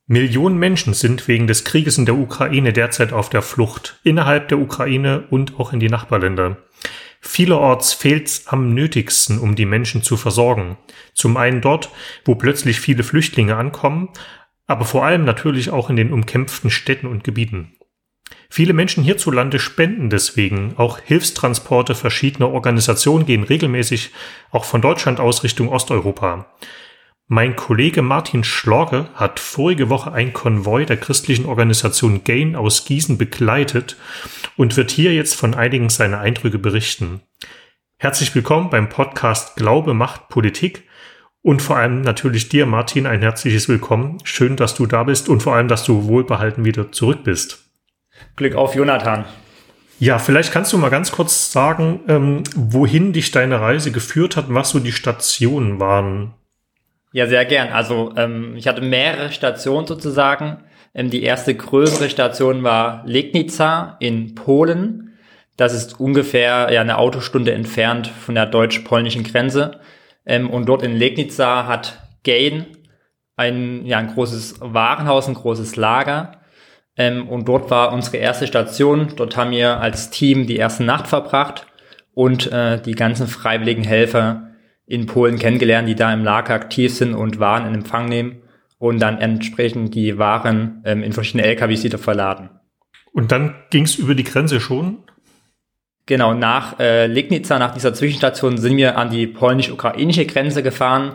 Millionen Menschen sind wegen des Krieges in der Ukraine derzeit auf der Flucht, innerhalb der Ukraine und auch in die Nachbarländer. Vielerorts fehlt's am nötigsten, um die Menschen zu versorgen. Zum einen dort, wo plötzlich viele Flüchtlinge ankommen, aber vor allem natürlich auch in den umkämpften Städten und Gebieten. Viele Menschen hierzulande spenden deswegen. Auch Hilfstransporte verschiedener Organisationen gehen regelmäßig auch von Deutschland aus Richtung Osteuropa. Mein Kollege Martin Schlorke hat vorige Woche ein Konvoi der christlichen Organisation GAIN aus Gießen begleitet und wird hier jetzt von einigen seiner Eindrücke berichten. Herzlich willkommen beim Podcast Glaube macht Politik und vor allem natürlich dir, Martin, ein herzliches Willkommen. Schön, dass du da bist und vor allem, dass du wohlbehalten wieder zurück bist. Glück auf, Jonathan. Ja, vielleicht kannst du mal ganz kurz sagen, wohin dich deine Reise geführt hat, was so die Stationen waren. Ja, sehr gern. Also ich hatte mehrere Stationen sozusagen. Die erste größere Station war Legnica in Polen. Das ist ungefähr eine Autostunde entfernt von der deutsch-polnischen Grenze. Und dort in Legnica hat GAIN ein großes Warenhaus, ein großes Lager. Und dort war unsere erste Station. Dort haben wir als Team die erste Nacht verbracht und die ganzen freiwilligen Helfer in Polen kennengelernt, die da im Lager aktiv sind und Waren in Empfang nehmen und dann entsprechend die Waren in verschiedene LKWs wieder verladen. Und dann ging es über die Grenze schon? Genau, nach Legnica, nach dieser Zwischenstation, sind wir an die polnisch-ukrainische Grenze gefahren.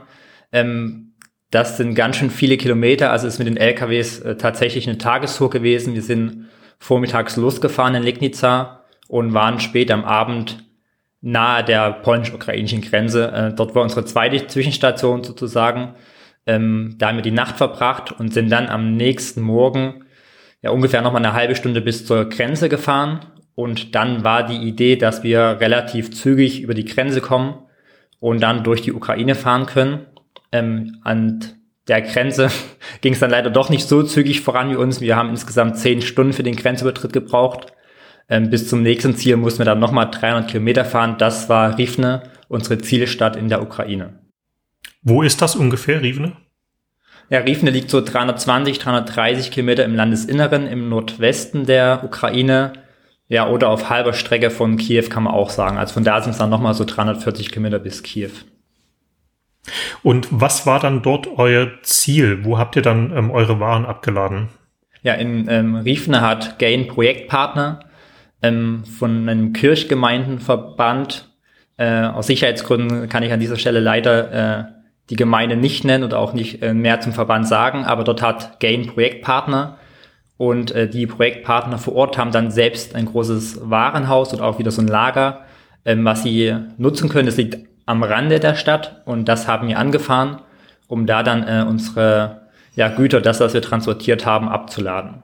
Das sind ganz schön viele Kilometer, also ist mit den LKWs tatsächlich eine Tagestour gewesen. Wir sind vormittags losgefahren in Legnica und waren spät am Abend nahe der polnisch-ukrainischen Grenze. Dort war unsere zweite Zwischenstation sozusagen. Da haben wir die Nacht verbracht und sind dann am nächsten Morgen ungefähr nochmal eine halbe Stunde bis zur Grenze gefahren. Und dann war die Idee, dass wir relativ zügig über die Grenze kommen und dann durch die Ukraine fahren können. An der Grenze ging es dann leider doch nicht so zügig voran wie uns. Wir haben insgesamt 10 Stunden für den Grenzübertritt gebraucht. Bis zum nächsten Ziel mussten wir dann nochmal 300 Kilometer fahren. Das war Rivne, unsere Zielstadt in der Ukraine. Wo ist das ungefähr, Rivne? Ja, Rivne liegt so 320, 330 Kilometer im Landesinneren, im Nordwesten der Ukraine. Ja, oder auf halber Strecke von Kiew kann man auch sagen. Also von da sind es dann nochmal so 340 Kilometer bis Kiew. Und was war dann dort euer Ziel? Wo habt ihr dann eure Waren abgeladen? Ja, in Rivne hat GAIN Projektpartner von einem Kirchgemeindenverband. Aus Sicherheitsgründen kann ich an dieser Stelle leider die Gemeinde nicht nennen oder auch nicht mehr zum Verband sagen, aber dort hat GAIN Projektpartner und die Projektpartner vor Ort haben dann selbst ein großes Warenhaus und auch wieder so ein Lager, was sie nutzen können. Das liegt am Rande der Stadt und das haben wir angefahren, um da dann unsere Güter, das, was wir transportiert haben, abzuladen.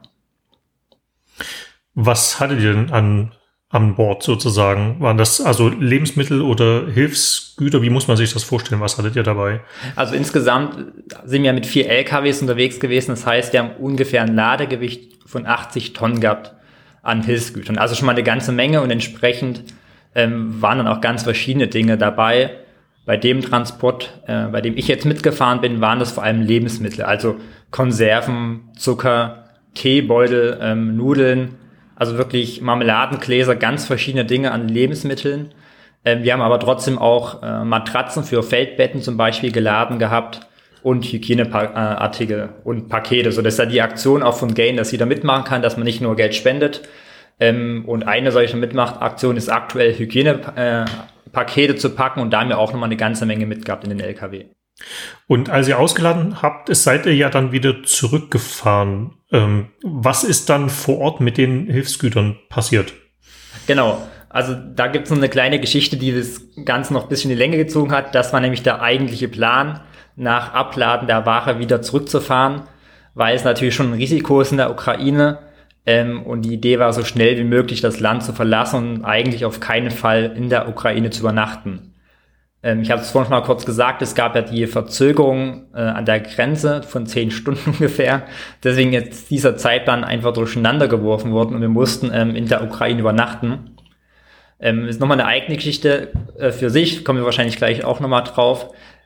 Was hattet ihr denn an Bord sozusagen? Waren das also Lebensmittel oder Hilfsgüter? Wie muss man sich das vorstellen? Was hattet ihr dabei? Also insgesamt sind wir mit 4 LKWs unterwegs gewesen. Das heißt, wir haben ungefähr ein Ladegewicht von 80 Tonnen gehabt an Hilfsgütern. Also schon mal eine ganze Menge und entsprechend waren dann auch ganz verschiedene Dinge dabei. Bei dem Transport, bei dem ich jetzt mitgefahren bin, waren das vor allem Lebensmittel. Also Konserven, Zucker, Teebeutel, Nudeln, also wirklich Marmeladengläser, ganz verschiedene Dinge an Lebensmitteln. Wir haben aber trotzdem auch Matratzen für Feldbetten zum Beispiel geladen gehabt und Hygieneartikel und Pakete. So, das ist ja die Aktion auch von GAIN, dass jeder mitmachen kann, dass man nicht nur Geld spendet. Und eine solche Mitmachaktion ist aktuell Hygienepakete zu packen und da haben wir auch nochmal eine ganze Menge mitgehabt in den LKW. Und als ihr ausgeladen habt, seid ihr ja dann wieder zurückgefahren. Was ist dann vor Ort mit den Hilfsgütern passiert? Genau, also da gibt es noch eine kleine Geschichte, die das Ganze noch ein bisschen in die Länge gezogen hat. Das war nämlich der eigentliche Plan, nach Abladen der Ware wieder zurückzufahren, weil es natürlich schon ein Risiko ist in der Ukraine. Und die Idee war, so schnell wie möglich das Land zu verlassen und eigentlich auf keinen Fall in der Ukraine zu übernachten. Ich habe es vorhin schon mal kurz gesagt, es gab ja die Verzögerung an der Grenze von 10 Stunden ungefähr. Deswegen ist dieser Zeitplan einfach durcheinander geworfen worden und wir mussten in der Ukraine übernachten. Ist nochmal eine eigene Geschichte für sich, kommen wir wahrscheinlich gleich auch nochmal drauf.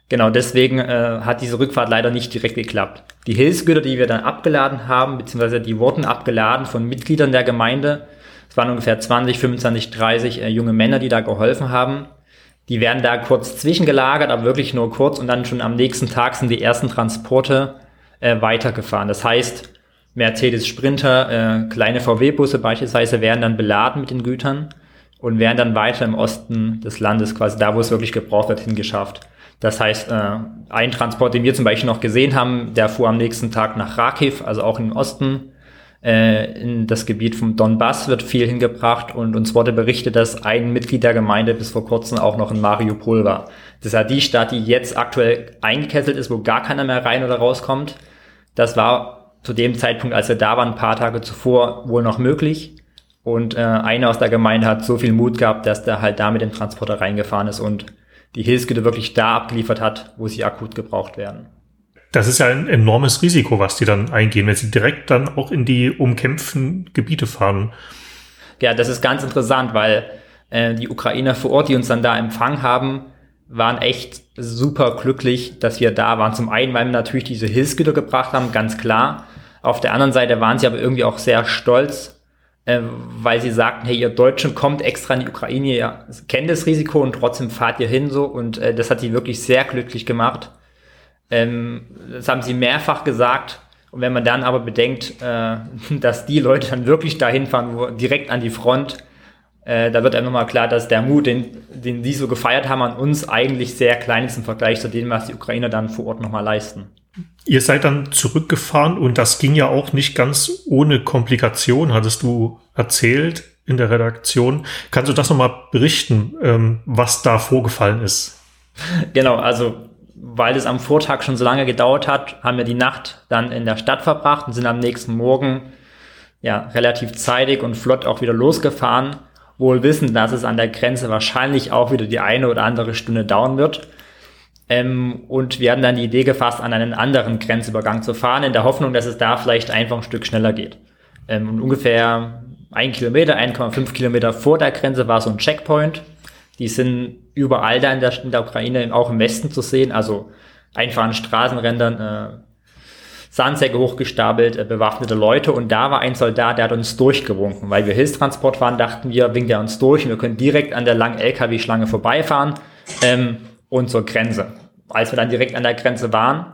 Genau, deswegen hat diese Rückfahrt leider nicht direkt geklappt. Die Hilfsgüter, die wir dann abgeladen haben, beziehungsweise die wurden abgeladen von Mitgliedern der Gemeinde. Es waren ungefähr 20, 25, 30 junge Männer, die da geholfen haben. Die werden da kurz zwischengelagert, aber wirklich nur kurz. Und dann schon am nächsten Tag sind die ersten Transporte weitergefahren. Das heißt, Mercedes Sprinter, kleine VW-Busse beispielsweise werden dann beladen mit den Gütern und werden dann weiter im Osten des Landes, quasi da, wo es wirklich gebraucht wird, hingeschafft. Das heißt, ein Transport, den wir zum Beispiel noch gesehen haben, der fuhr am nächsten Tag nach Kharkiv, also auch im Osten. In das Gebiet vom Donbass wird viel hingebracht und uns wurde berichtet, dass ein Mitglied der Gemeinde bis vor kurzem auch noch in Mariupol war. Das ist ja die Stadt, die jetzt aktuell eingekesselt ist, wo gar keiner mehr rein oder rauskommt. Das war zu dem Zeitpunkt, als wir da waren, ein paar Tage zuvor, wohl noch möglich. Und einer aus der Gemeinde hat so viel Mut gehabt, dass der halt da mit dem Transporter reingefahren ist und die Hilfsgüter wirklich da abgeliefert hat, wo sie akut gebraucht werden. Das ist ja ein enormes Risiko, was die dann eingehen, wenn sie direkt dann auch in die umkämpften Gebiete fahren. Ja, das ist ganz interessant, weil die Ukrainer vor Ort, die uns dann da empfangen haben, waren echt super glücklich, dass wir da waren. Zum einen, weil wir natürlich diese Hilfsgüter gebracht haben, ganz klar. Auf der anderen Seite waren sie aber irgendwie auch sehr stolz, weil sie sagten, hey, ihr Deutschen kommt extra in die Ukraine, ihr kennt das Risiko und trotzdem fahrt ihr hin so. Und das hat sie wirklich sehr glücklich gemacht. Das haben sie mehrfach gesagt. Und wenn man dann aber bedenkt, dass die Leute dann wirklich dahin fahren, direkt an die Front, da wird einem nochmal klar, dass der Mut, den sie so gefeiert haben, an uns eigentlich sehr klein ist im Vergleich zu dem, was die Ukrainer dann vor Ort nochmal leisten. Ihr seid dann zurückgefahren und das ging ja auch nicht ganz ohne Komplikation, hattest du erzählt in der Redaktion. Kannst du das nochmal berichten, was da vorgefallen ist? Genau, also weil es am Vortag schon so lange gedauert hat, haben wir die Nacht dann in der Stadt verbracht und sind am nächsten Morgen ja relativ zeitig und flott auch wieder losgefahren, wohl wissend, dass es an der Grenze wahrscheinlich auch wieder die eine oder andere Stunde dauern wird. Und wir hatten dann die Idee gefasst, an einen anderen Grenzübergang zu fahren, in der Hoffnung, dass es da vielleicht einfach ein Stück schneller geht. Und ungefähr 1 Kilometer, 1,5 Kilometer vor der Grenze war so ein Checkpoint. Die sind überall da in der Ukraine, auch im Westen zu sehen, also einfach an Straßenrändern, Sandsäcke hochgestapelt, bewaffnete Leute. Und da war ein Soldat, der hat uns durchgewunken. Weil wir Hilfstransport waren, dachten wir, winkt er uns durch und wir können direkt an der langen LKW-Schlange vorbeifahren und zur Grenze. Als wir dann direkt an der Grenze waren,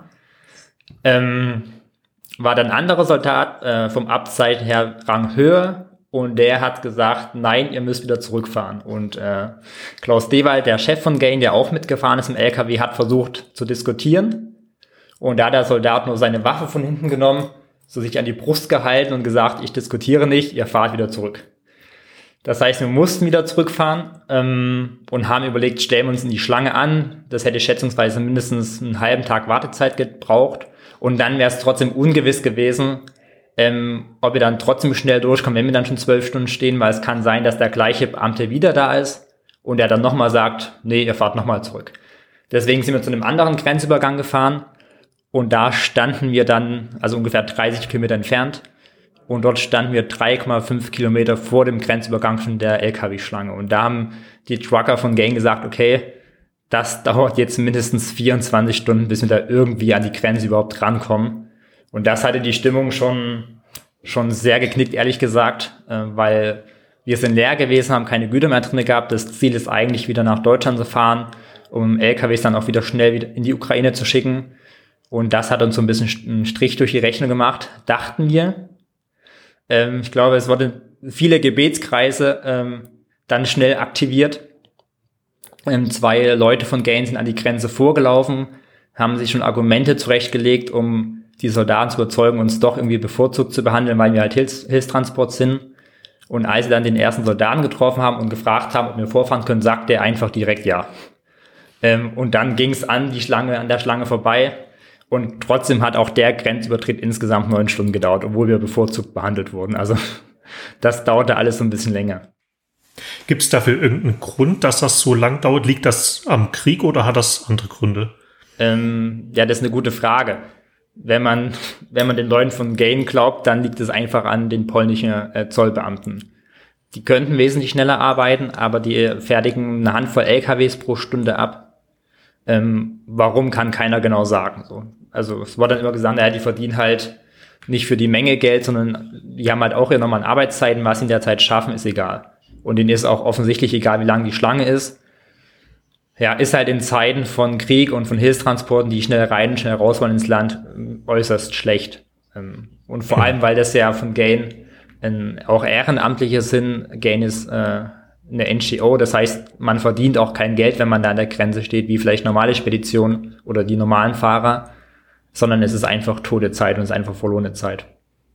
war dann ein anderer Soldat vom Abzeichen her Rang höher und der hat gesagt, nein, ihr müsst wieder zurückfahren. Und Klaus Dewald, der Chef von Gain, der auch mitgefahren ist im LKW, hat versucht zu diskutieren. Und da hat der Soldat nur seine Waffe von hinten genommen, so sich an die Brust gehalten und gesagt, ich diskutiere nicht, ihr fahrt wieder zurück. Das heißt, wir mussten wieder zurückfahren und haben überlegt, stellen wir uns in die Schlange an. Das hätte schätzungsweise mindestens einen halben Tag Wartezeit gebraucht. Und dann wäre es trotzdem ungewiss gewesen, ob wir dann trotzdem schnell durchkommen, wenn wir dann schon 12 Stunden stehen, weil es kann sein, dass der gleiche Beamte wieder da ist und der dann nochmal sagt, nee, ihr fahrt nochmal zurück. Deswegen sind wir zu einem anderen Grenzübergang gefahren. Und da standen wir dann, also ungefähr 30 Kilometer entfernt. Und dort standen wir 3,5 Kilometer vor dem Grenzübergang von der LKW-Schlange. Und da haben die Trucker von Gain gesagt, okay, das dauert jetzt mindestens 24 Stunden, bis wir da irgendwie an die Grenze überhaupt rankommen. Und das hatte die Stimmung schon sehr geknickt, ehrlich gesagt, weil wir sind leer gewesen, haben keine Güter mehr drin gehabt. Das Ziel ist eigentlich wieder nach Deutschland zu fahren, um LKWs dann auch wieder schnell wieder in die Ukraine zu schicken. Und das hat uns so ein bisschen einen Strich durch die Rechnung gemacht, dachten wir. Ich glaube, es wurden viele Gebetskreise dann schnell aktiviert. 2 Leute von Gain sind an die Grenze vorgelaufen, haben sich schon Argumente zurechtgelegt, um die Soldaten zu überzeugen, uns doch irgendwie bevorzugt zu behandeln, weil wir halt Hilfstransport sind. Und als sie dann den ersten Soldaten getroffen haben und gefragt haben, ob wir vorfahren können, sagte er einfach direkt ja. Und dann ging es an der Schlange vorbei. Und trotzdem hat auch der Grenzübertritt insgesamt 9 Stunden gedauert, obwohl wir bevorzugt behandelt wurden. Also das dauerte alles so ein bisschen länger. Gibt es dafür irgendeinen Grund, dass das so lang dauert? Liegt das am Krieg oder hat das andere Gründe? Ja, das ist eine gute Frage. Wenn man den Leuten von Gain glaubt, dann liegt es einfach an den polnischen Zollbeamten. Die könnten wesentlich schneller arbeiten, aber die fertigen eine Handvoll LKWs pro Stunde ab. Warum, kann keiner genau sagen. So. Also es wurde dann immer gesagt, die verdienen halt nicht für die Menge Geld, sondern die haben halt auch ja nochmal Arbeitszeiten, was sie in der Zeit schaffen, ist egal. Und denen ist auch offensichtlich egal, wie lang die Schlange ist. Ja, ist halt in Zeiten von Krieg und von Hilfstransporten, die schnell rein, schnell raus wollen ins Land, äußerst schlecht. Und vor allem, weil das ja von Gain auch Ehrenamtliche sind. Gain ist eine NGO, das heißt, man verdient auch kein Geld, wenn man da an der Grenze steht, wie vielleicht normale Speditionen oder die normalen Fahrer, sondern es ist einfach tote Zeit und es ist einfach verlorene Zeit.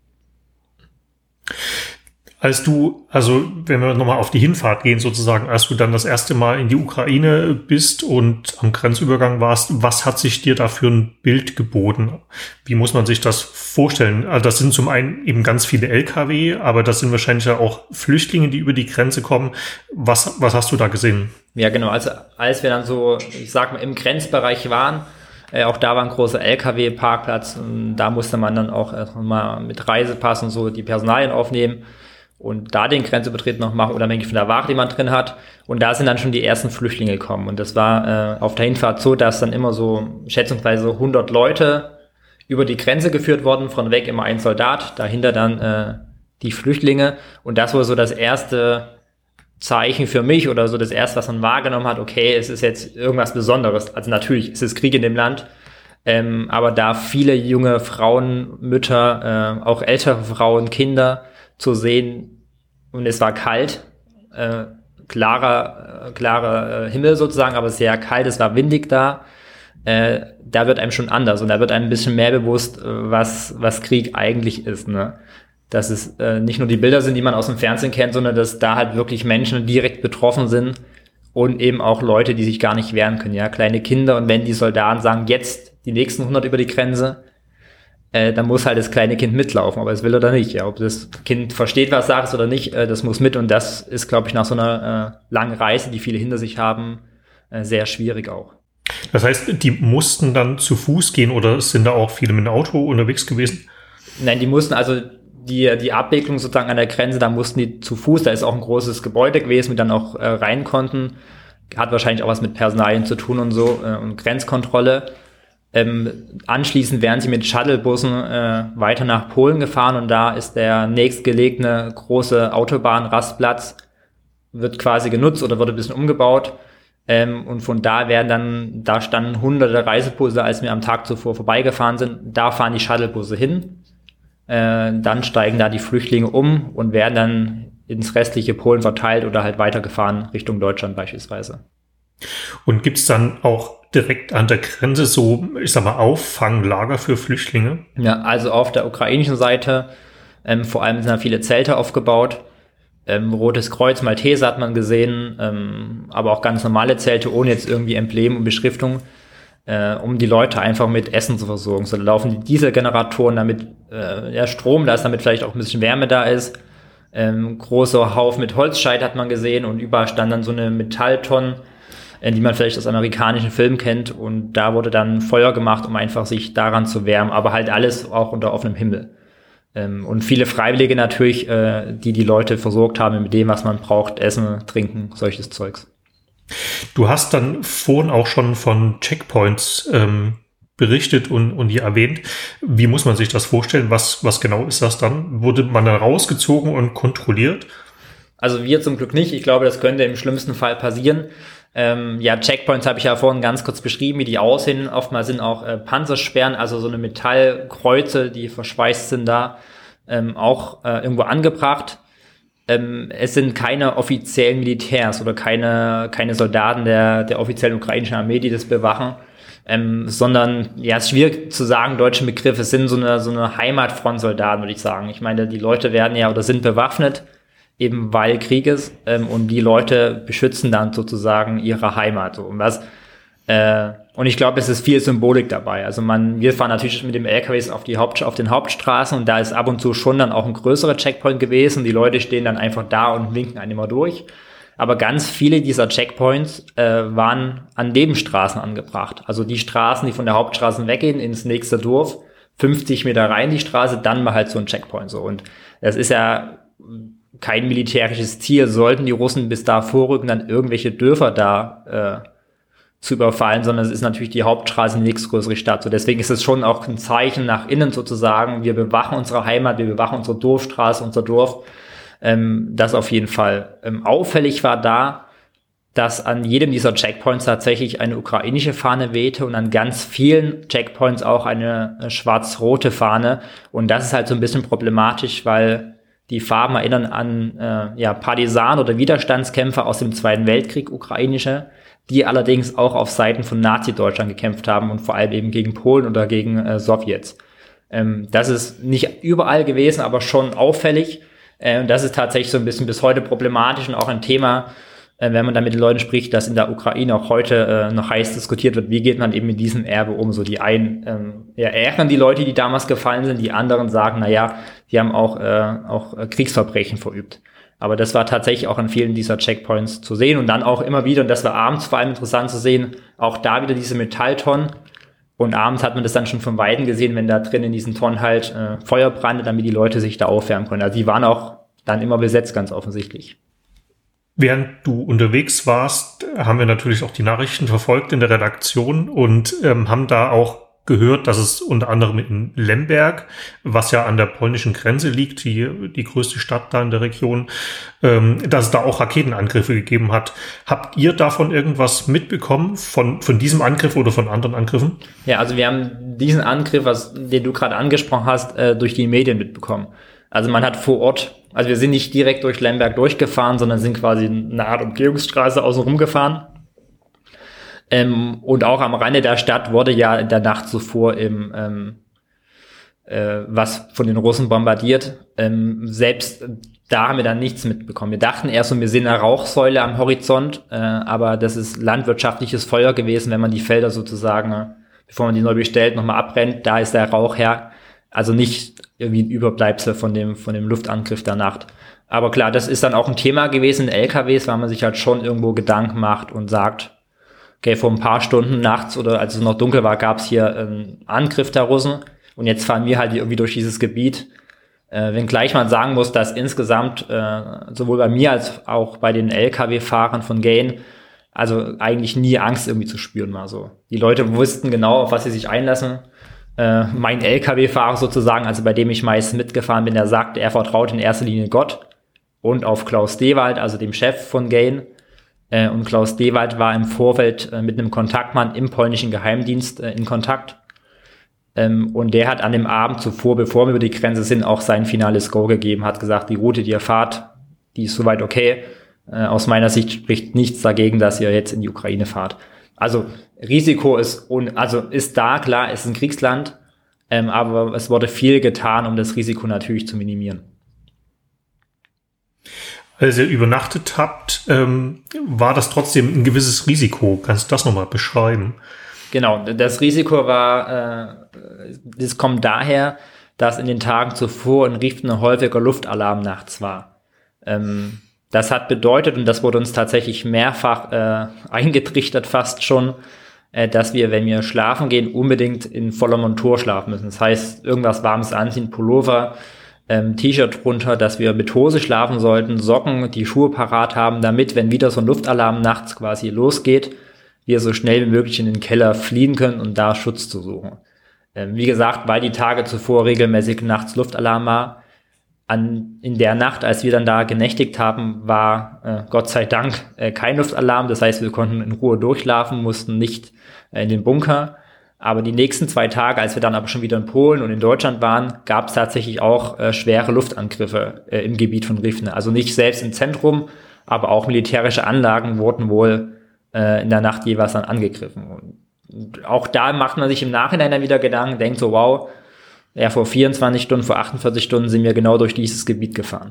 Wenn wir nochmal auf die Hinfahrt gehen sozusagen, als du dann das erste Mal in die Ukraine bist und am Grenzübergang warst, was hat sich dir da für ein Bild geboten? Wie muss man sich das vorstellen? Also das sind zum einen eben ganz viele LKW, aber das sind wahrscheinlich ja auch Flüchtlinge, die über die Grenze kommen. Was hast du da gesehen? Ja, genau. Also als wir dann so, ich sag mal, im Grenzbereich waren, auch da war ein großer LKW-Parkplatz und da musste man dann auch mal mit Reisepass und so die Personalien aufnehmen und da den Grenzübertritt noch machen, unabhängig von der Ware, die man drin hat. Und da sind dann schon die ersten Flüchtlinge gekommen. Und das war auf der Hinfahrt so, dass dann immer so schätzungsweise 100 Leute über die Grenze geführt wurden, von weg immer ein Soldat, dahinter dann die Flüchtlinge. Und das war so das erste Zeichen für mich oder so das erste, was man wahrgenommen hat, okay, es ist jetzt irgendwas Besonderes. Also natürlich, es ist Krieg in dem Land, aber da viele junge Frauen, Mütter, auch ältere Frauen, Kinder zu sehen und es war kalt, klarer Himmel sozusagen, aber sehr kalt, es war windig da wird einem schon anders und da wird einem ein bisschen mehr bewusst, was Krieg eigentlich ist, ne? Dass es nicht nur die Bilder sind, die man aus dem Fernsehen kennt, sondern dass da halt wirklich Menschen direkt betroffen sind und eben auch Leute, die sich gar nicht wehren können, ja, kleine Kinder. Und wenn die Soldaten sagen, jetzt die nächsten 100 über die Grenze, dann muss halt das kleine Kind mitlaufen, ob es will oder nicht. Ja, ob das Kind versteht, was sagt oder nicht, das muss mit. Und das ist, glaube ich, nach so einer langen Reise, die viele hinter sich haben, sehr schwierig auch. Das heißt, die mussten dann zu Fuß gehen oder sind da auch viele mit dem Auto unterwegs gewesen? Nein, die mussten also die Abwicklung sozusagen an der Grenze, da mussten die zu Fuß, da ist auch ein großes Gebäude gewesen, wo die dann auch rein konnten. Hat wahrscheinlich auch was mit Personalien zu tun und so und Grenzkontrolle. Anschließend wären sie mit Shuttlebussen weiter nach Polen gefahren und da ist der nächstgelegene große Autobahnrastplatz, wird quasi genutzt oder wurde ein bisschen umgebaut. Und von da da standen hunderte Reisebusse, als wir am Tag zuvor vorbeigefahren sind. Da fahren die Shuttlebusse hin. Dann steigen da die Flüchtlinge um und werden dann ins restliche Polen verteilt oder halt weitergefahren Richtung Deutschland beispielsweise. Und gibt's dann auch direkt an der Grenze so, ich sag mal, Auffanglager für Flüchtlinge? Ja, also auf der ukrainischen Seite vor allem sind da viele Zelte aufgebaut. Rotes Kreuz, Malteser hat man gesehen, aber auch ganz normale Zelte ohne jetzt irgendwie Emblem und Beschriftung, um die Leute einfach mit Essen zu versorgen. So laufen die Dieselgeneratoren, damit Strom da ist, damit vielleicht auch ein bisschen Wärme da ist. Großer Haufen mit Holzscheit hat man gesehen und überall stand dann so eine Metalltonne, die man vielleicht aus amerikanischen Filmen kennt. Und da wurde dann Feuer gemacht, um einfach sich daran zu wärmen, aber halt alles auch unter offenem Himmel. Und viele Freiwillige natürlich, die Leute versorgt haben mit dem, was man braucht, Essen, Trinken, solches Zeugs. Du hast dann vorhin auch schon von Checkpoints berichtet und die erwähnt. Wie muss man sich das vorstellen? Was genau ist das dann? Wurde man dann rausgezogen und kontrolliert? Also wir zum Glück nicht. Ich glaube, das könnte im schlimmsten Fall passieren. Checkpoints habe ich ja vorhin ganz kurz beschrieben, wie die aussehen. Oftmals sind auch Panzersperren, also so eine Metallkreuze, die verschweißt sind da, auch irgendwo angebracht. Es sind keine offiziellen Militärs oder keine Soldaten der offiziellen ukrainischen Armee, die das bewachen, sondern, ja, es ist schwierig zu sagen, deutsche Begriffe, es sind so eine Heimatfrontsoldaten, würde ich sagen. Ich meine, die Leute werden ja oder sind bewaffnet, eben weil Krieg ist, und die Leute beschützen dann sozusagen ihre Heimat. So. Und ich glaube, es ist viel Symbolik dabei. Also wir fahren natürlich mit dem LKWs auf den Hauptstraßen und da ist ab und zu schon dann auch ein größerer Checkpoint gewesen. Die Leute stehen dann einfach da und winken einen immer durch. Aber ganz viele dieser Checkpoints waren an Nebenstraßen angebracht. Also die Straßen, die von der Hauptstraße weggehen ins nächste Dorf, 50 Meter rein die Straße, dann mal halt so ein Checkpoint. So. Und das ist ja kein militärisches Ziel. Sollten die Russen bis da vorrücken, dann irgendwelche Dörfer da zu überfallen, sondern es ist natürlich die Hauptstraße in die nächstgrößere Stadt. So, deswegen ist es schon auch ein Zeichen nach innen sozusagen. Wir bewachen unsere Heimat, wir bewachen unsere Dorfstraße, unser Dorf. Das auf jeden Fall. Auffällig war da, dass an jedem dieser Checkpoints tatsächlich eine ukrainische Fahne wehte und an ganz vielen Checkpoints auch eine schwarz-rote Fahne. Und das ist halt so ein bisschen problematisch, weil die Farben erinnern an Partisanen oder Widerstandskämpfer aus dem Zweiten Weltkrieg, ukrainische, die allerdings auch auf Seiten von Nazi-Deutschland gekämpft haben und vor allem eben gegen Polen oder gegen Sowjets. Das ist nicht überall gewesen, aber schon auffällig. Das ist tatsächlich so ein bisschen bis heute problematisch und auch ein Thema, wenn man da mit den Leuten spricht, dass in der Ukraine auch heute noch heiß diskutiert wird, wie geht man eben mit diesem Erbe um. So die einen ehren die Leute, die damals gefallen sind, die anderen sagen, die haben auch Kriegsverbrechen verübt. Aber das war tatsächlich auch an vielen dieser Checkpoints zu sehen und dann auch immer wieder, und das war abends vor allem interessant zu sehen, auch da wieder diese Metalltonnen. Und abends hat man das dann schon von Weitem gesehen, wenn da drin in diesen Tonnen halt Feuer brannte, damit die Leute sich da aufwärmen können. Also die waren auch dann immer besetzt, ganz offensichtlich. Während du unterwegs warst, haben wir natürlich auch die Nachrichten verfolgt in der Redaktion und haben da auch gehört, dass es unter anderem in Lemberg, was ja an der polnischen Grenze liegt, die größte Stadt da in der Region, dass es da auch Raketenangriffe gegeben hat. Habt ihr davon irgendwas mitbekommen, von diesem Angriff oder von anderen Angriffen? Ja, also wir haben diesen Angriff, den du gerade angesprochen hast, durch die Medien mitbekommen. Also man hat vor Ort, also wir sind nicht direkt durch Lemberg durchgefahren, sondern sind quasi eine Art Umgehungsstraße außen rum gefahren. Und auch am Rande der Stadt wurde ja in der Nacht zuvor was von den Russen bombardiert. Selbst da haben wir dann nichts mitbekommen. Wir dachten erst so, wir sehen eine Rauchsäule am Horizont, aber das ist landwirtschaftliches Feuer gewesen, wenn man die Felder sozusagen, bevor man die neu bestellt, nochmal abbrennt, da ist der Rauch her. Also nicht irgendwie ein Überbleibsel von dem Luftangriff der Nacht. Aber klar, das ist dann auch ein Thema gewesen in LKWs, weil man sich halt schon irgendwo Gedanken macht und sagt, okay, vor ein paar Stunden nachts oder als es noch dunkel war, gab es hier einen Angriff der Russen und jetzt fahren wir halt irgendwie durch dieses Gebiet. Wenngleich man sagen muss, dass insgesamt sowohl bei mir als auch bei den LKW-Fahrern von Gain also eigentlich nie Angst irgendwie zu spüren war. So. Die Leute wussten genau, auf was sie sich einlassen. Mein LKW-Fahrer sozusagen, also bei dem ich meist mitgefahren bin, der sagte, er vertraut in erster Linie Gott und auf Klaus Dewald, also dem Chef von Gain. Und Klaus Dewald war im Vorfeld mit einem Kontaktmann im polnischen Geheimdienst in Kontakt. Und der hat an dem Abend zuvor, bevor wir über die Grenze sind, auch sein finales Go gegeben, hat gesagt, die Route, die ihr fahrt, die ist soweit okay. Aus meiner Sicht spricht nichts dagegen, dass ihr jetzt in die Ukraine fahrt. Also Risiko ist da, klar, es ist ein Kriegsland, aber es wurde viel getan, um das Risiko natürlich zu minimieren. Als ihr übernachtet habt, war das trotzdem ein gewisses Risiko. Kannst du das nochmal beschreiben? Genau, das Risiko war, das kommt daher, dass in den Tagen zuvor in Riften ein häufiger Luftalarm nachts war. Das hat bedeutet, und das wurde uns tatsächlich mehrfach eingetrichtert fast schon, dass wir, wenn wir schlafen gehen, unbedingt in voller Montur schlafen müssen. Das heißt, irgendwas Warmes anziehen, Pullover, T-Shirt drunter, dass wir mit Hose schlafen sollten, Socken, die Schuhe parat haben, damit, wenn wieder so ein Luftalarm nachts quasi losgeht, wir so schnell wie möglich in den Keller fliehen können und da Schutz zu suchen. Wie gesagt, weil die Tage zuvor regelmäßig nachts Luftalarm war, in der Nacht, als wir dann da genächtigt haben, war Gott sei Dank kein Luftalarm. Das heißt, wir konnten in Ruhe durchschlafen, mussten nicht in den Bunker. Aber die nächsten 2 Tage, als wir dann aber schon wieder in Polen und in Deutschland waren, gab es tatsächlich auch schwere Luftangriffe im Gebiet von Rivne. Also nicht selbst im Zentrum, aber auch militärische Anlagen wurden wohl in der Nacht jeweils dann angegriffen. Und auch da macht man sich im Nachhinein dann wieder Gedanken, denkt so, wow, ja, vor 24 Stunden, vor 48 Stunden sind wir genau durch dieses Gebiet gefahren.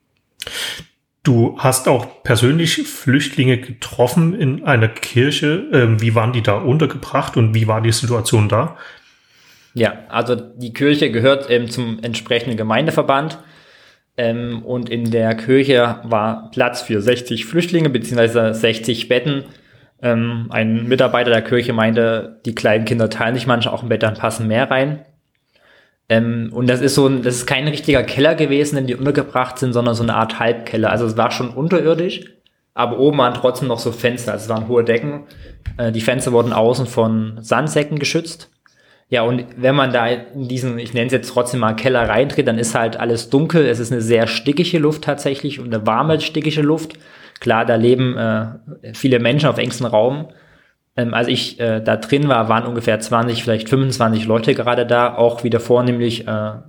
Du hast auch persönlich Flüchtlinge getroffen in einer Kirche. Wie waren die da untergebracht und wie war die Situation da? Ja, also die Kirche gehört zum entsprechenden Gemeindeverband. Und in der Kirche war Platz für 60 Flüchtlinge bzw. 60 Betten. Ein Mitarbeiter der Kirche meinte, die kleinen Kinder teilen sich manchmal auch ein Bett, dann passen mehr rein. Und das ist kein richtiger Keller gewesen, in dem die untergebracht sind, sondern so eine Art Halbkeller. Also es war schon unterirdisch, aber oben waren trotzdem noch so Fenster, also es waren hohe Decken. Die Fenster wurden außen von Sandsäcken geschützt. Ja, und wenn man da in diesen, ich nenne es jetzt trotzdem mal Keller reintritt, dann ist halt alles dunkel. Es ist eine sehr stickige Luft tatsächlich und eine warme, stickige Luft. Klar, da leben viele Menschen auf engstem Raum. Als ich da drin war, waren ungefähr 20, vielleicht 25 Leute gerade da, auch wieder vornehmlich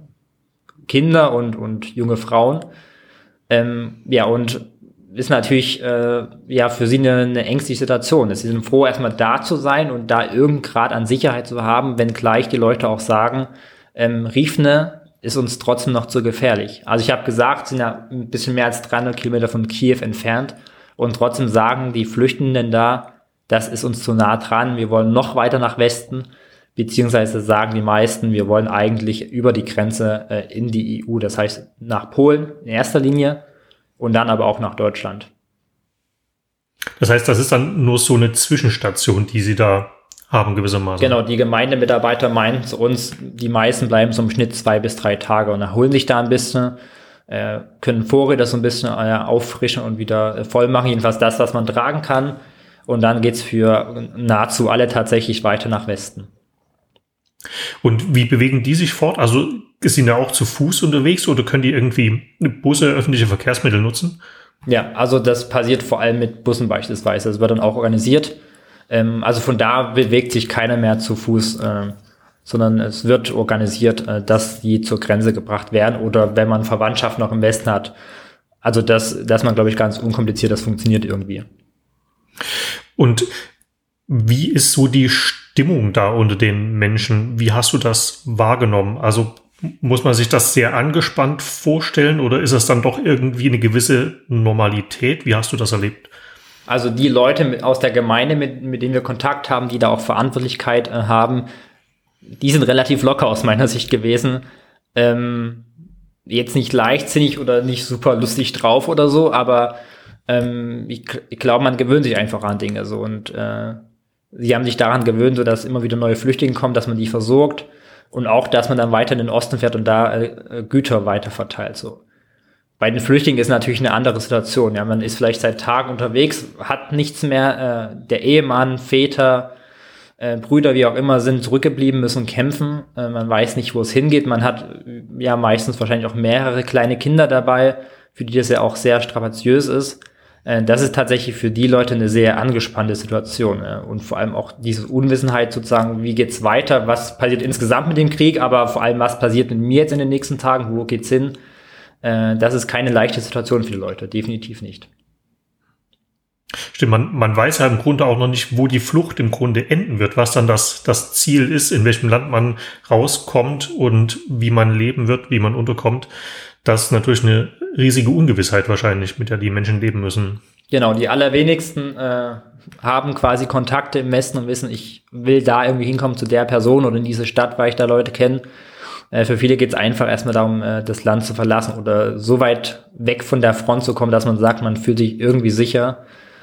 Kinder und junge Frauen. Ja, und ist natürlich für sie eine ängstliche Situation. Sie sind froh, erstmal da zu sein und da irgendeinen Grad an Sicherheit zu haben, wenn gleich die Leute auch sagen, Rivne ist uns trotzdem noch zu gefährlich. Also ich habe gesagt, sind ja ein bisschen mehr als 300 Kilometer von Kiew entfernt und trotzdem sagen die Flüchtenden da, das ist uns zu nah dran, wir wollen noch weiter nach Westen, beziehungsweise sagen die meisten, wir wollen eigentlich über die Grenze in die EU, das heißt nach Polen in erster Linie und dann aber auch nach Deutschland. Das heißt, das ist dann nur so eine Zwischenstation, die Sie da haben gewissermaßen. Genau, die Gemeindemitarbeiter meinen zu uns, die meisten bleiben so im Schnitt 2 bis 3 Tage und erholen sich da ein bisschen, können Vorräte so ein bisschen auffrischen und wieder voll machen, jedenfalls das, was man tragen kann. Und dann geht's für nahezu alle tatsächlich weiter nach Westen. Und wie bewegen die sich fort? Also sind die auch zu Fuß unterwegs oder können die irgendwie Busse, öffentliche Verkehrsmittel nutzen? Ja, also das passiert vor allem mit Bussen beispielsweise. Das wird dann auch organisiert. Also von da bewegt sich keiner mehr zu Fuß, sondern es wird organisiert, dass die zur Grenze gebracht werden oder wenn man Verwandtschaft noch im Westen hat. Also dass man, glaube ich, ganz unkompliziert, das funktioniert irgendwie. Und wie ist so die Stimmung da unter den Menschen? Wie hast du das wahrgenommen? Also muss man sich das sehr angespannt vorstellen oder ist es dann doch irgendwie eine gewisse Normalität? Wie hast du das erlebt? Also die Leute aus der Gemeinde, mit denen wir Kontakt haben, die da auch Verantwortlichkeit haben, die sind relativ locker aus meiner Sicht gewesen. Jetzt nicht leichtsinnig oder nicht super lustig drauf oder so, aber ich glaube, man gewöhnt sich einfach an Dinge so und sie haben sich daran gewöhnt, so dass immer wieder neue Flüchtlinge kommen, dass man die versorgt und auch, dass man dann weiter in den Osten fährt und da Güter weiter verteilt so. Bei den Flüchtlingen ist natürlich eine andere Situation. Ja, man ist vielleicht seit Tagen unterwegs, hat nichts mehr. Der Ehemann, Väter, Brüder, wie auch immer, sind zurückgeblieben, müssen kämpfen. Man weiß nicht, wo es hingeht. Man hat ja meistens wahrscheinlich auch mehrere kleine Kinder dabei, für die das ja auch sehr strapaziös ist. Das ist tatsächlich für die Leute eine sehr angespannte Situation. Und vor allem auch diese Unwissenheit sozusagen, wie geht's weiter, was passiert insgesamt mit dem Krieg, aber vor allem, was passiert mit mir jetzt in den nächsten Tagen, wo geht's hin? Das ist keine leichte Situation für die Leute, definitiv nicht. Stimmt, man weiß ja im Grunde auch noch nicht, wo die Flucht im Grunde enden wird, was dann das Ziel ist, in welchem Land man rauskommt und wie man leben wird, wie man unterkommt. Das ist natürlich eine riesige Ungewissheit wahrscheinlich, mit der die Menschen leben müssen. Genau, die allerwenigsten haben quasi Kontakte im Westen und wissen, ich will da irgendwie hinkommen zu der Person oder in diese Stadt, weil ich da Leute kenne. Für viele geht es einfach erstmal darum, das Land zu verlassen oder so weit weg von der Front zu kommen, dass man sagt, man fühlt sich irgendwie sicher.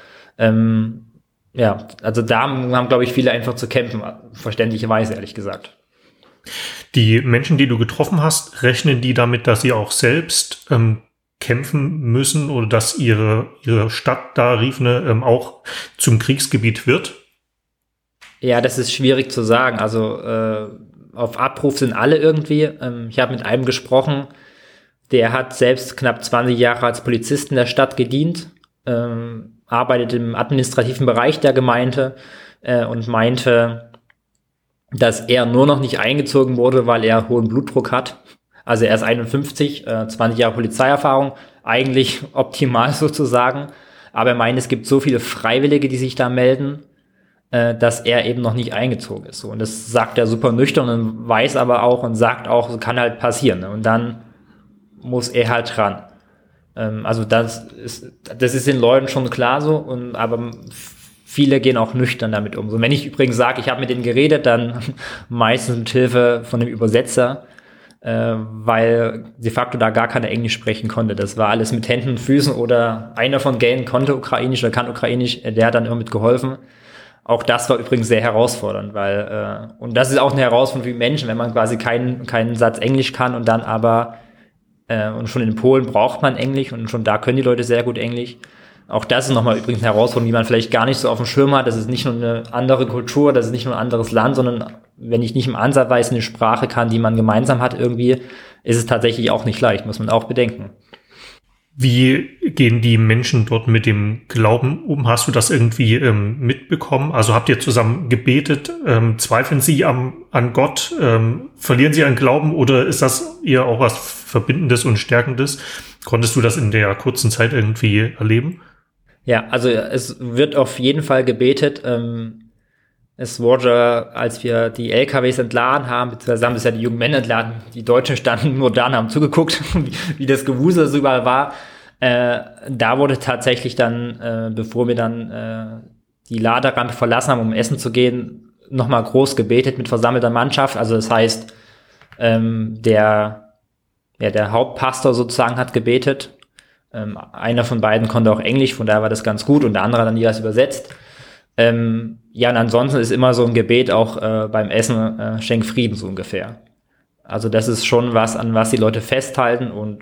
Also da haben, glaube ich, viele einfach zu kämpfen, verständlicherweise, ehrlich gesagt. Die Menschen, die du getroffen hast, rechnen die damit, dass sie auch selbst kämpfen müssen oder dass ihre Stadt da, Rivne, auch zum Kriegsgebiet wird? Ja, das ist schwierig zu sagen. Also auf Abruf sind alle irgendwie. Ich habe mit einem gesprochen, der hat selbst knapp 20 Jahre als Polizist in der Stadt gedient, arbeitet im administrativen Bereich der Gemeinde und meinte, dass er nur noch nicht eingezogen wurde, weil er hohen Blutdruck hat. Also er ist 51, 20 Jahre Polizeierfahrung, eigentlich optimal sozusagen. Aber er meint, es gibt so viele Freiwillige, die sich da melden, dass er eben noch nicht eingezogen ist. Und das sagt er super nüchtern und weiß aber auch und sagt auch, so kann halt passieren. Und dann muss er halt dran. Also das ist den Leuten schon klar so, aber viele gehen auch nüchtern damit um. So, wenn ich übrigens sage, ich habe mit denen geredet, dann meistens mit Hilfe von dem Übersetzer, weil de facto da gar keiner Englisch sprechen konnte. Das war alles mit Händen und Füßen oder einer von denen konnte Ukrainisch oder kann Ukrainisch, der hat dann immer mit geholfen. Auch das war übrigens sehr herausfordernd, weil und das ist auch eine Herausforderung für Menschen, wenn man quasi keinen Satz Englisch kann und dann aber und schon in Polen braucht man Englisch und schon da können die Leute sehr gut Englisch. Auch das ist nochmal übrigens eine Herausforderung, die man vielleicht gar nicht so auf dem Schirm hat. Das ist nicht nur eine andere Kultur, das ist nicht nur ein anderes Land, sondern wenn ich nicht im Ansatz eine Sprache kann, die man gemeinsam hat irgendwie, ist es tatsächlich auch nicht leicht, muss man auch bedenken. Wie gehen die Menschen dort mit dem Glauben um? Hast du das irgendwie mitbekommen? Also habt ihr zusammen gebetet? Zweifeln sie an Gott? Verlieren sie an Glauben? Oder ist das eher auch was Verbindendes und Stärkendes? Konntest du das in der kurzen Zeit irgendwie erleben? Ja, also es wird auf jeden Fall gebetet. Es wurde, als wir die LKWs entladen haben, beziehungsweise haben es ja die jungen Männer entladen, die Deutschen standen nur da und haben zugeguckt, wie das Gewusel so überall war. Da wurde tatsächlich dann, bevor wir dann die Laderampe verlassen haben, um essen zu gehen, nochmal groß gebetet mit versammelter Mannschaft. Also das heißt, der Hauptpastor sozusagen hat gebetet. Einer von beiden konnte auch Englisch, von daher war das ganz gut und der andere hat dann jeweils übersetzt. Ja, und ansonsten ist immer so ein Gebet auch beim Essen, schenk Frieden so ungefähr. Also das ist schon was, an was die Leute festhalten und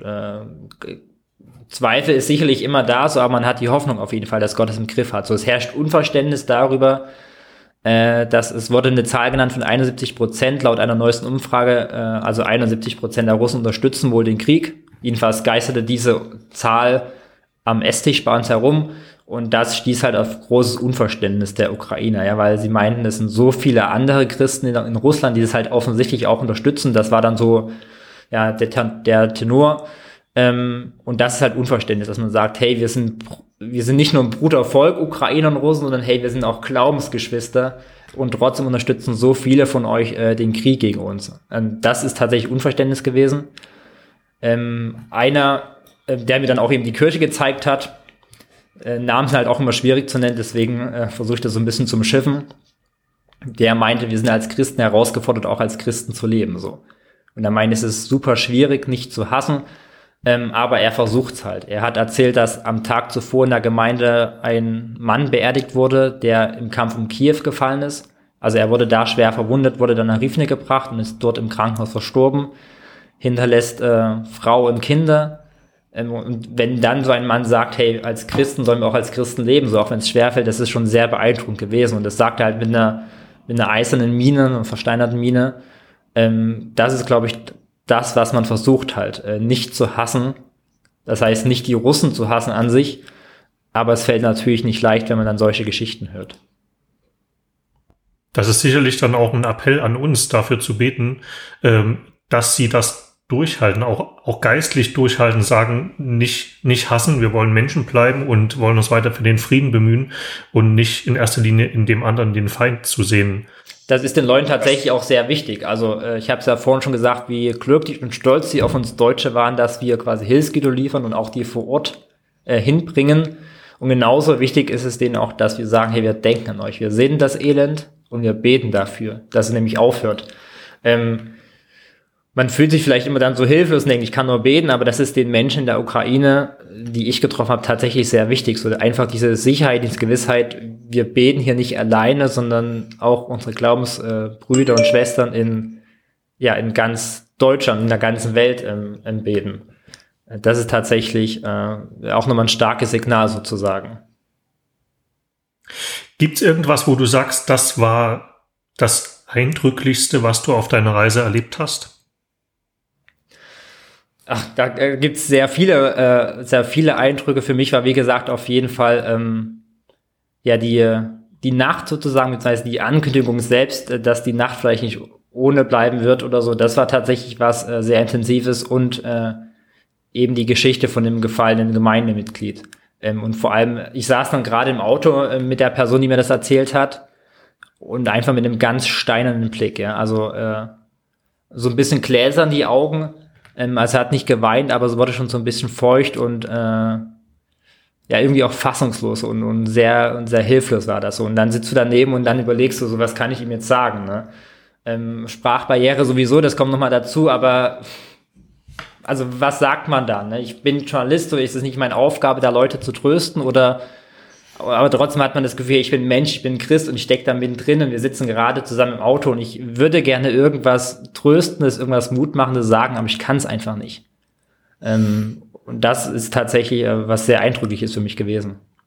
Zweifel ist sicherlich immer da, so, aber man hat die Hoffnung auf jeden Fall, dass Gott es im Griff hat. So, es herrscht Unverständnis darüber, dass es wurde eine Zahl genannt von 71% laut einer neuesten Umfrage, also 71% der Russen unterstützen wohl den Krieg. Jedenfalls geisterte diese Zahl am Esstisch bei uns herum. Und das stieß halt auf großes Unverständnis der Ukrainer, ja, weil sie meinten, es sind so viele andere Christen in Russland, die das halt offensichtlich auch unterstützen. Das war dann so, ja, der Tenor. Und das ist halt Unverständnis, dass man sagt, hey, wir sind nicht nur ein Brudervolk, Ukrainer und Russen, sondern hey, wir sind auch Glaubensgeschwister und trotzdem unterstützen so viele von euch den Krieg gegen uns. Das ist tatsächlich Unverständnis gewesen. Einer, der mir dann auch eben die Kirche gezeigt hat, Namen sind halt auch immer schwierig zu nennen, deswegen versuche ich das so ein bisschen zu umschiffen. Der meinte, wir sind als Christen herausgefordert, auch als Christen zu leben, so. Und er meinte, es ist super schwierig, nicht zu hassen, aber er versucht's halt. Er hat erzählt, dass am Tag zuvor in der Gemeinde ein Mann beerdigt wurde, der im Kampf um Kiew gefallen ist. Also er wurde da schwer verwundet, wurde dann nach Rivne gebracht und ist dort im Krankenhaus verstorben, hinterlässt Frau und Kinder. Und wenn dann so ein Mann sagt, hey, als Christen sollen wir auch als Christen leben, so auch wenn es schwerfällt, das ist schon sehr beeindruckend gewesen. Und das sagt er halt mit einer eisernen Miene, einer versteinerten Miene. Das ist, glaube ich, das, was man versucht halt, nicht zu hassen. Das heißt, nicht die Russen zu hassen an sich, aber es fällt natürlich nicht leicht, wenn man dann solche Geschichten hört. Das ist sicherlich dann auch ein Appell an uns, dafür zu beten, dass sie das durchhalten, auch geistlich durchhalten, sagen, nicht hassen, wir wollen Menschen bleiben und wollen uns weiter für den Frieden bemühen und nicht in erster Linie in dem anderen den Feind zu sehen. Das ist den Leuten tatsächlich auch sehr wichtig. Also ich habe es ja vorhin schon gesagt, wie glücklich und stolz sie auf uns Deutsche waren, dass wir quasi Hilfsgüter liefern und auch die vor Ort hinbringen. Und genauso wichtig ist es denen auch, dass wir sagen, hey, wir denken an euch, wir sehen das Elend und wir beten dafür, dass es nämlich aufhört. Man fühlt sich vielleicht immer dann so hilflos und denkt, ich kann nur beten, aber das ist den Menschen in der Ukraine, die ich getroffen habe, tatsächlich sehr wichtig. So einfach diese Sicherheit, diese Gewissheit, wir beten hier nicht alleine, sondern auch unsere Glaubensbrüder und Schwestern in ganz Deutschland, in der ganzen Welt beten. Das ist tatsächlich auch nochmal ein starkes Signal sozusagen. Gibt es irgendwas, wo du sagst, das war das Eindrücklichste, was du auf deiner Reise erlebt hast? Ach, da gibt's sehr viele Eindrücke. Für mich war, wie gesagt, auf jeden Fall die Nacht sozusagen, beziehungsweise die Ankündigung selbst, dass die Nacht vielleicht nicht ohne bleiben wird oder so. Das war tatsächlich was sehr Intensives und eben die Geschichte von dem gefallenen Gemeindemitglied. Und vor allem, ich saß dann gerade im Auto mit der Person, die mir das erzählt hat und einfach mit einem ganz steinernen Blick. Ja, also so ein bisschen gläsern die Augen. Also er hat nicht geweint, aber es wurde schon so ein bisschen feucht und irgendwie auch fassungslos und sehr hilflos war das so. Und dann sitzt du daneben und dann überlegst du so, was kann ich ihm jetzt sagen, ne? Sprachbarriere sowieso, das kommt nochmal dazu, aber also was sagt man da, ne? Ich bin Journalist, so ist es nicht meine Aufgabe, da Leute zu trösten aber trotzdem hat man das Gefühl, ich bin Mensch, ich bin Christ und ich stecke da mittendrin und wir sitzen gerade zusammen im Auto und ich würde gerne irgendwas Tröstendes, irgendwas Mutmachendes sagen, aber ich kann es einfach nicht. Und das ist tatsächlich was sehr Eindrückliches für mich gewesen.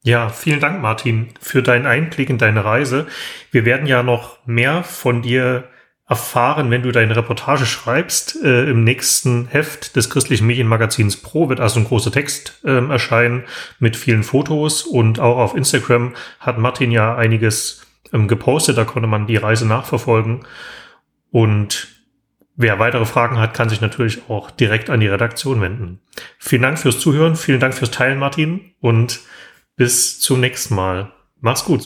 Ja, vielen Dank, Martin, für deinen Einblick in deine Reise. Wir werden ja noch mehr von dir erfahren, wenn du deine Reportage schreibst. Im nächsten Heft des christlichen Medienmagazins Pro wird also ein großer Text erscheinen mit vielen Fotos, und auch auf Instagram hat Martin ja einiges gepostet, da konnte man die Reise nachverfolgen. Und wer weitere Fragen hat, kann sich natürlich auch direkt an die Redaktion wenden. Vielen Dank fürs Zuhören, vielen Dank fürs Teilen, Martin, und bis zum nächsten Mal. Mach's gut.